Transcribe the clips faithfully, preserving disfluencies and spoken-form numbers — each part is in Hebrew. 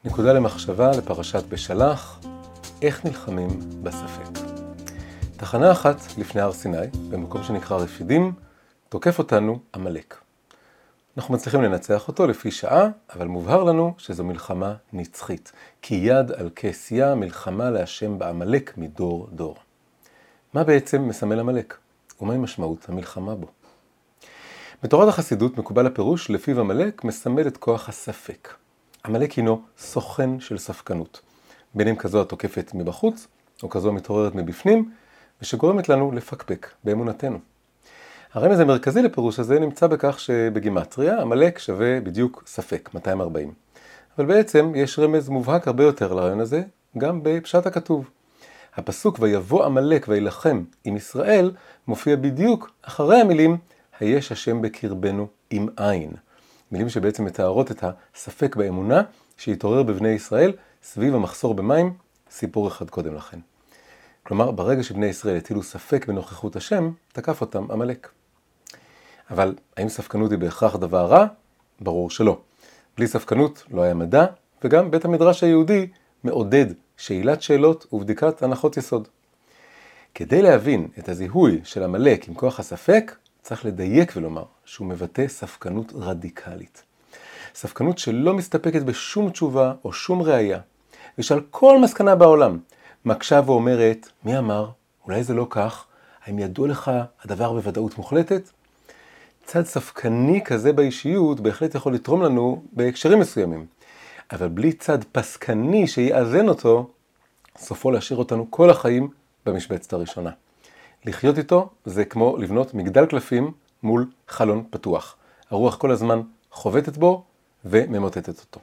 נקודה למחשבה לפרשת בשלח, איך נלחמים בספק. תחנה אחת לפני הר סיני, במקום שנקרא רפידים, תוקף אותנו עמלק. אנחנו מצליחים לנצח אותו לפי שעה, אבל מובהר לנו שזו מלחמה נצחית, כי יד על כסיה מלחמה להשם בעמלק מדור דור. מה בעצם מסמל עמלק? ומהי משמעות המלחמה בו? בתורת החסידות מקובל הפירוש לפיו עמלק מסמל את כוח הספק. עמלק הינו סוכן של ספקנות, בין אם כזו התוקפת מבחוץ, או כזו המתעוררת מבפנים, ושגורמת לנו לפקפק באמונתנו. הרמז המרכזי לפירוש הזה נמצא בכך שבגימטריה עמלק שווה בדיוק ספק, מאתיים וארבעים. אבל בעצם יש רמז מובהק הרבה יותר לרעיון הזה, גם בפשט הכתוב. הפסוק ויבוא עמלק וילחם עם ישראל מופיע בדיוק אחרי המילים היש השם בקרבנו עם עין. מילים שבעצם מתארות את הספק באמונה שהתעורר בבני ישראל סביב המחסור במים, סיפור אחד קודם לכן. כלומר, ברגע שבני ישראל הטילו ספק בנוכחות השם, תקף אותם עמלק. אבל האם ספקנות היא בהכרח דבר רע? ברור שלא. בלי ספקנות לא היה מדע, וגם בית המדרש היהודי מעודד שאלת שאלות ובדיקת הנחות יסוד. כדי להבין את הזיהוי של עמלק עם כוח הספק, צריך לדייק ולומר שהוא מבטא ספקנות רדיקלית. ספקנות שלא מסתפקת בשום תשובה או שום ראייה, ושעל כל מסקנה בעולם מקשה ואומרת, מי אמר? אולי זה לא כך? האם ידוע לך הדבר בוודאות מוחלטת? צד ספקני כזה באישיות בהחלט יכול לתרום לנו בהקשרים מסוימים, אבל בלי צד פסקני שיאזן אותו, סופו להשאיר אותנו כל החיים במשבצת הראשונה. לחיות איתו זה כמו לבנות מגדל קלפים מול חלון פתוח. הרוח כל הזמן חובטת בו וממוטטת אותו.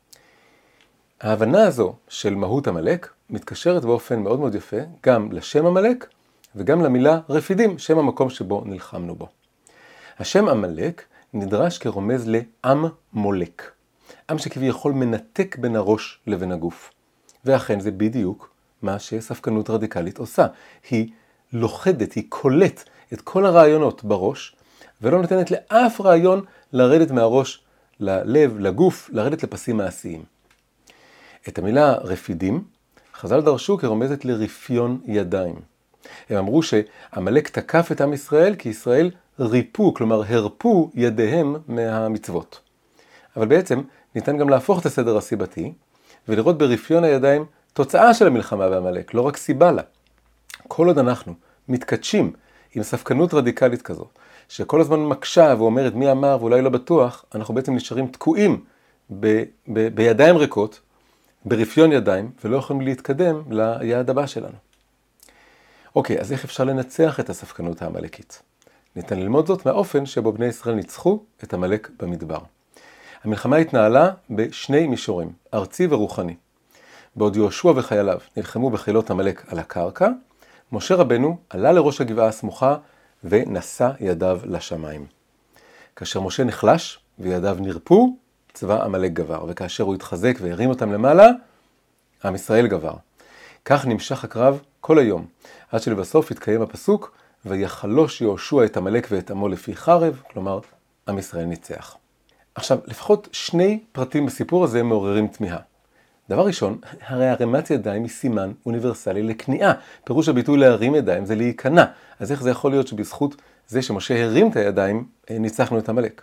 ההבנה הזו של מהות עמלק מתקשרת באופן מאוד מאוד יפה גם לשם עמלק וגם למילה רפידים, שם המקום שבו נלחמנו בו. השם עמלק נדרש כרומז לעם מולק. עם שכביכול מנתק בין הראש לבין הגוף. ואכן זה בדיוק מה שספקנות רדיקלית עושה. היא לוחדת, היא קולט את כל הרעיונות בראש, ולא נותנת לאף רעיון לרדת מהראש ללב, לגוף, לרדת לפסים מעשיים. את המילה רפידים, חז"ל דרשו כרומזת לרפיון ידיים. הם אמרו שעמלק תקף את עם ישראל, כי ישראל ריפו, כלומר הרפו ידיהם מהמצוות. אבל בעצם ניתן גם להפוך את הסדר הסיבתי, ולראות ברפיון הידיים תוצאה של המלחמה בעמלק, לא רק סיבה לה. כל עוד אנחנו מתקדשים עם ספקנות רדיקלית כזאת, שכל הזמן מקשה ואומרת מי אמר ואולי לא בטוח, אנחנו בעצם נשארים תקועים ב- ב- בידיים ריקות, ברפיון ידיים, ולא יכולים להתקדם ליעד הבא שלנו. אוקיי, אז איך אפשר לנצח את הספקנות העמלקית? ניתן ללמוד זאת מהאופן שבו בני ישראל ניצחו את עמלק במדבר. המלחמה התנהלה בשני מישורים, ארצי ורוחני. בעוד יהושע וחייליו נלחמו בחילות עמלק על הקרקע, משה רבנו עלה לראש הגבעה הסמוכה ונשא ידיו לשמיים. כאשר משה נחלש וידיו נרפו, צבא עמלק גבר, וכאשר הוא התחזק והרים אותם למעלה, עם ישראל גבר. כך נמשך הקרב כל היום, עד שלבסוף התקיים הפסוק, ויחלוש יהושע את עמלק ואת עמו לפי חרב, כלומר, עם ישראל ניצח. עכשיו, לפחות שני פרטים בסיפור הזה מעוררים תמיהה. דבר ראשון, הרי הרמת ידיים היא סימן אוניברסלי לכניעה. פירוש הביטוי להרים ידיים זה להיכנע. אז איך זה יכול להיות שבזכות זה שמשה הרים את הידיים, ניצחנו את עמלק?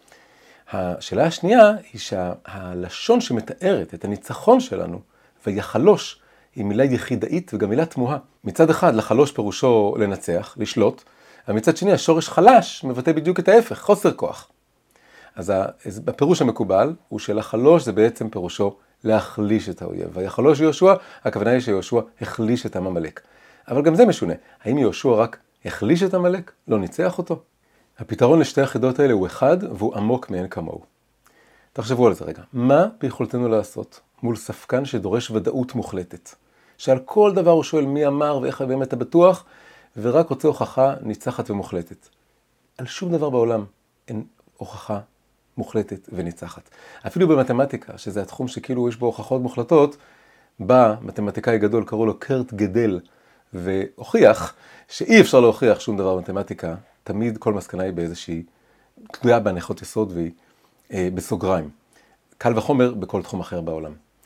השאלה השנייה היא שהלשון שמתארת את הניצחון שלנו, ויחלוש, היא מילה יחידאית וגם מילה תמוהה. מצד אחד, לחלוש פירושו לנצח, לשלוט, ומצד שני, השורש חלש מבטא בדיוק את ההפך, חוסר כוח. אז הפירוש המקובל הוא שלחלוש זה בעצם פירושו להחליש את האויב. ויחלוש יהושע, הכוונה היא שיהושע החליש את עם עמלק. אבל גם זה משונה. האם יהושע רק החליש את עמלק? לא ניצח אותו? הפתרון לשתי החידות האלה הוא אחד, והוא עמוק מאין כמוהו. תחשבו על זה רגע. מה ביכולתנו לעשות מול ספקן שדורש ודאות מוחלטת? שעל כל דבר הוא שואל מי אמר ואיך באמת אתה בטוח, ורק רוצה הוכחה ניצחת ומוחלטת. על שום דבר בעולם אין הוכחה מוחלטת וניצחת. אפילו במתמטיקה, שזה התחום שכאילו יש בו הוכחות מוחלטות, בא מתמטיקאי גדול, קראו לו קרט גדל, והוכיח שאי אפשר להוכיח שום דבר במתמטיקה, תמיד כל מסקנה היא באיזושהי תלויה בהנחות יסוד והיא אה, בסוגריים. קל וחומר בכל תחום אחר בעולם.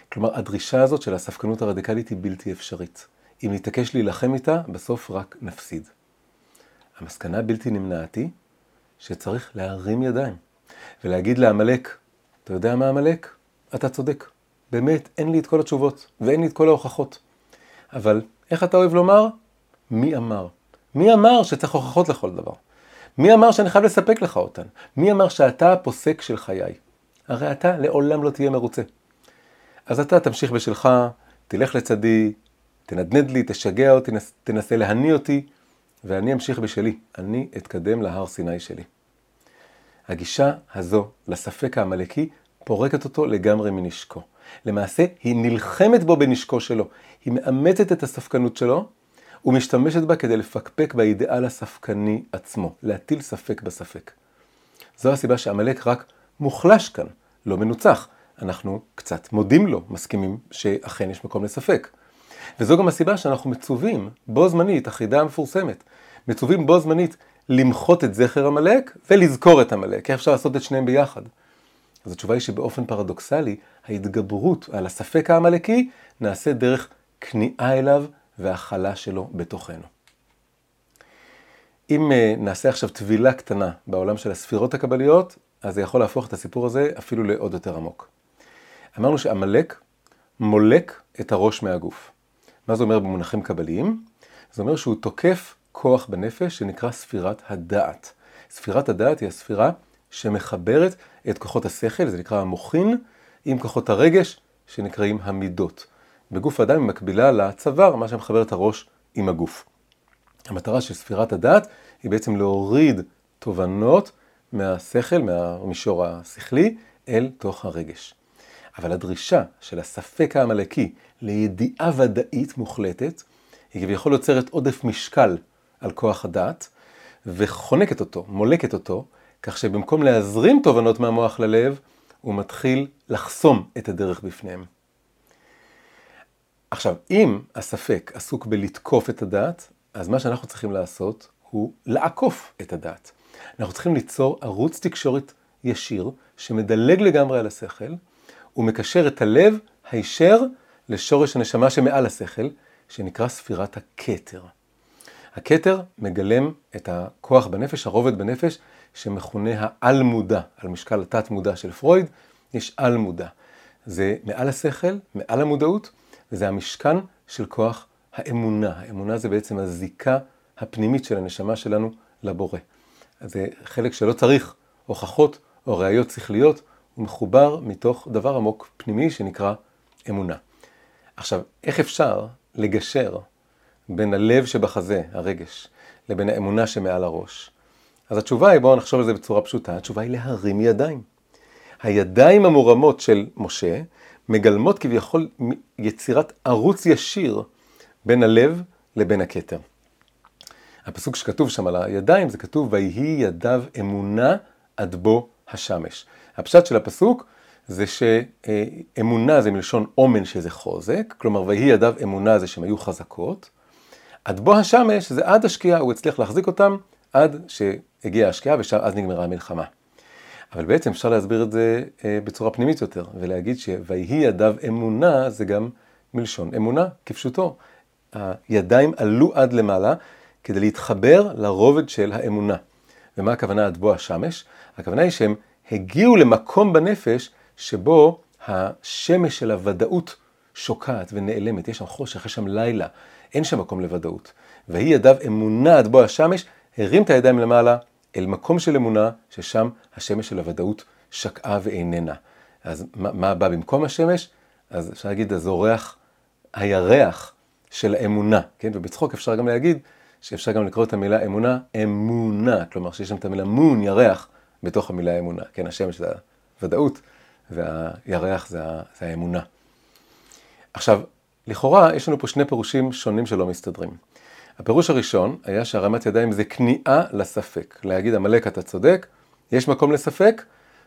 כלומר, הדרישה הזאת של הספקנות הרדיקלית היא בלתי אפשרית. אם נתעקש להילחם איתה, בסוף רק נפסיד. המסקנה הבלתי נמנעת היא שצריך להרים ידיים ולהגיד לעמלק, אתה יודע מה עמלק? אתה צודק. באמת, אין לי את כל התשובות ואין לי את כל ההוכחות. אבל איך אתה אוהב לומר? מי אמר? מי אמר שצריך הוכחות לכל דבר? מי אמר שאני חייב לספק לך אותן? מי אמר שאתה הפוסק של חיי? הרי אתה לעולם לא תהיה מרוצה. אז אתה תמשיך בשלך, תלך לצדי, תנדנד לי, תשגע אותי, תנסה להניע אותי, ואני אמשיך בשלי. אני אתקדם להר סיני שלי. הגישה הזו לספק העמלקי פורקת אותו לגמרי מנשקו. למעשה היא נלחמת בו בנשקו שלו. היא מאמצת את הספקנות שלו, ומשתמשת בה כדי לפקפק באידאל הספקני עצמו, להטיל ספק בספק. זו הסיבה שעמלק רק מוחלש כאן, לא מנוצח. אנחנו קצת מודים לו, מסכימים שאכן יש מקום לספק. וזו גם הסיבה שאנחנו מצווים בו זמנית, החידה המפורסמת, מצווים בו זמנית למחות את זכר עמלק ולזכור את עמלק. איך אפשר לעשות את שניהם ביחד? אז התשובה היא שבאופן פרדוקסלי, ההתגברות על הספק העמלקי נעשה דרך כניעה אליו והחלה שלו בתוכנו. אם נעשה עכשיו טבילה קטנה בעולם של הספירות הקבליות, אז זה יכול להפוך את הסיפור הזה אפילו לעוד יותר עמוק. אמרנו שעמלק מולק את הראש מהגוף. מה זה אומר במונחים קבליים? זה אומר שהוא תוקף כוח בנפש שנקרא ספירת הדעת. ספירת הדעת היא הספירה שמחברת את כוחות השכל, זה נקרא המוחין, עם כוחות הרגש שנקראים המידות. בגוף האדם היא מקבילה לצוואר, מה שמחבר את הראש עם הגוף. המטרה של ספירת הדעת היא בעצם להוריד תובנות מהשכל, מהמישור השכלי, אל תוך הרגש. אבל הדרישה של הספק העמלקי לידיעה ודאית מוחלטת, היא כביכול יוצרת עודף משקל על כוח הדעת, וחונקת אותו, מולקת אותו, כך שבמקום להזרים תובנות מהמוח ללב, הוא מתחיל לחסום את הדרך בפניהם. עכשיו, אם הספק עסוק בלתקוף את הדעת, אז מה שאנחנו צריכים לעשות הוא לעקוף את הדעת. אנחנו צריכים ליצור ערוץ תקשורת ישיר, שמדלג לגמרי על השכל, ומקשר את הלב הישר לשורש הנשמה שמעל השכל, שנקרא ספירת הכתר. הכתר מגלם את הכוח בנפש, הרובד בנפש, שמכונה העל מודע, על משקל התת מודע של פרויד, יש על מודע. זה מעל השכל, מעל המודעות, וזה המשכן של כוח האמונה. האמונה זה בעצם הזיקה הפנימית של הנשמה שלנו לבורא. זה חלק שלא צריך הוכחות או ראיות שכליות, הוא מחובר מתוך דבר עמוק פנימי שנקרא אמונה. עכשיו, איך אפשר לגשר בין הלב שבחזה, הרגש, לבין האמונה שמעל הראש? אז התשובה היא, בואו נחשוב על זה בצורה פשוטה, התשובה היא להרים ידיים. הידיים המורמות של משה מגלמות כביכול יצירת ערוץ ישיר בין הלב לבין הכתר. הפסוק שכתוב שם על הידיים, זה כתוב, ויהי ידיו אמונה עד בו השמש. הפשט של הפסוק זה שאמונה זה מלשון אומן שזה חוזק, כלומר ויהי ידיו אמונה זה שהן היו חזקות, עד בו השמש זה עד השקיעה, הוא הצליח להחזיק אותם עד שהגיעה השקיעה ואז נגמרה המלחמה. אבל בעצם אפשר להסביר את זה בצורה פנימית יותר, ולהגיד שויהי ידיו אמונה זה גם מלשון אמונה, כפשוטו. הידיים עלו עד למעלה כדי להתחבר לרובד של האמונה. ומה הכוונה עד בו השמש? הכוונה היא שהם הגיעו למקום בנפש שבו השמש של הוודאות שוקעת ונעלמת. יש שם חושך, יש שם לילה, אין שם מקום לוודאות. והיא ידיו אמונה עד בו השמש, הרים את הידיים למעלה אל מקום של אמונה, ששם השמש של הוודאות שקעה ואיננה. אז מה, מה בא במקום השמש? אז אפשר להגיד, הזורח, הירח של האמונה, כן? ובצחוק אפשר גם להגיד, שאפשר גם לקרוא את המילה אמונה, אמונה, כלומר שיש שם את המילה מון, ירח, בתוך המילה אמונה, כן? השמש זה הוודאות, והירח זה, זה האמונה. עכשיו, לכאורה יש לנו פה שני פירושים שונים שלא מסתדרים. הפירוש הראשון היה שהרמת ידיים זה כניעה לספק. להגיד, עמלק אתה צודק, יש מקום לספק,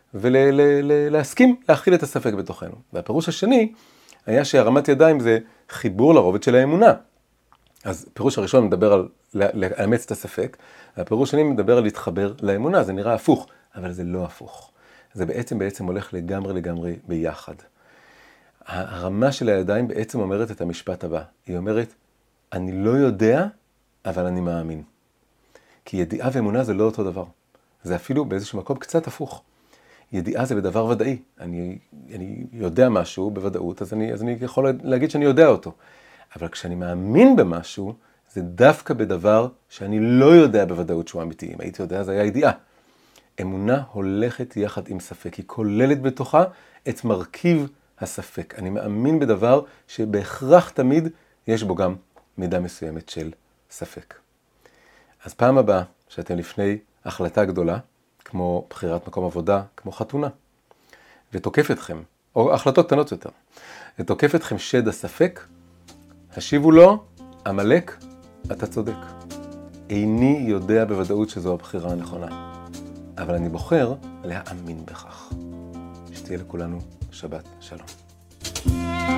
ולהסכים להכיל את הספק בתוכנו. והפירוש השני היה שהרמת ידיים זה חיבור לרובד של האמונה. אז הפירוש הראשון מדבר על לאמץ את הספק, והפירוש השני מדבר על להתחבר לאמונה. זה נראה הפוך, אבל זה לא הפוך. זה בעצם בעצם הולך לגמרי לגמרי ביחד. הרמה של הידיים בעצם אומרת את המשפט הבא. היא אומרת, אני לא יודע, אבל אני מאמין. כי ידיעה ואמונה זה לא אותו דבר. זה אפילו באיזשהו מקום קצת הפוך. ידיעה זה בדבר ודאי. אני, אני יודע משהו בוודאות, אז אני, אז אני יכול להגיד שאני יודע אותו. אבל כשאני מאמין במשהו, זה דווקא בדבר שאני לא יודע בוודאות שהוא אמיתי. אם הייתי יודע, זה היה ידיעה. אמונה הולכת יחד עם ספק. היא כוללת בתוכה את מרכיב הספק. אני מאמין בדבר שבהכרח תמיד יש בו גם מידה מסוימת של ספק. אז פעם הבאה שאתם לפני החלטה גדולה, כמו בחירת מקום עבודה, כמו חתונה, ותוקף אתכם, או החלטות קטנות יותר, ותוקף אתכם שד הספק, השיבו לו, עמלק, אתה צודק. איני יודע בוודאות שזו הבחירה הנכונה, אבל אני בוחר להאמין בכך. שתהיה לכולנו שבת שלום.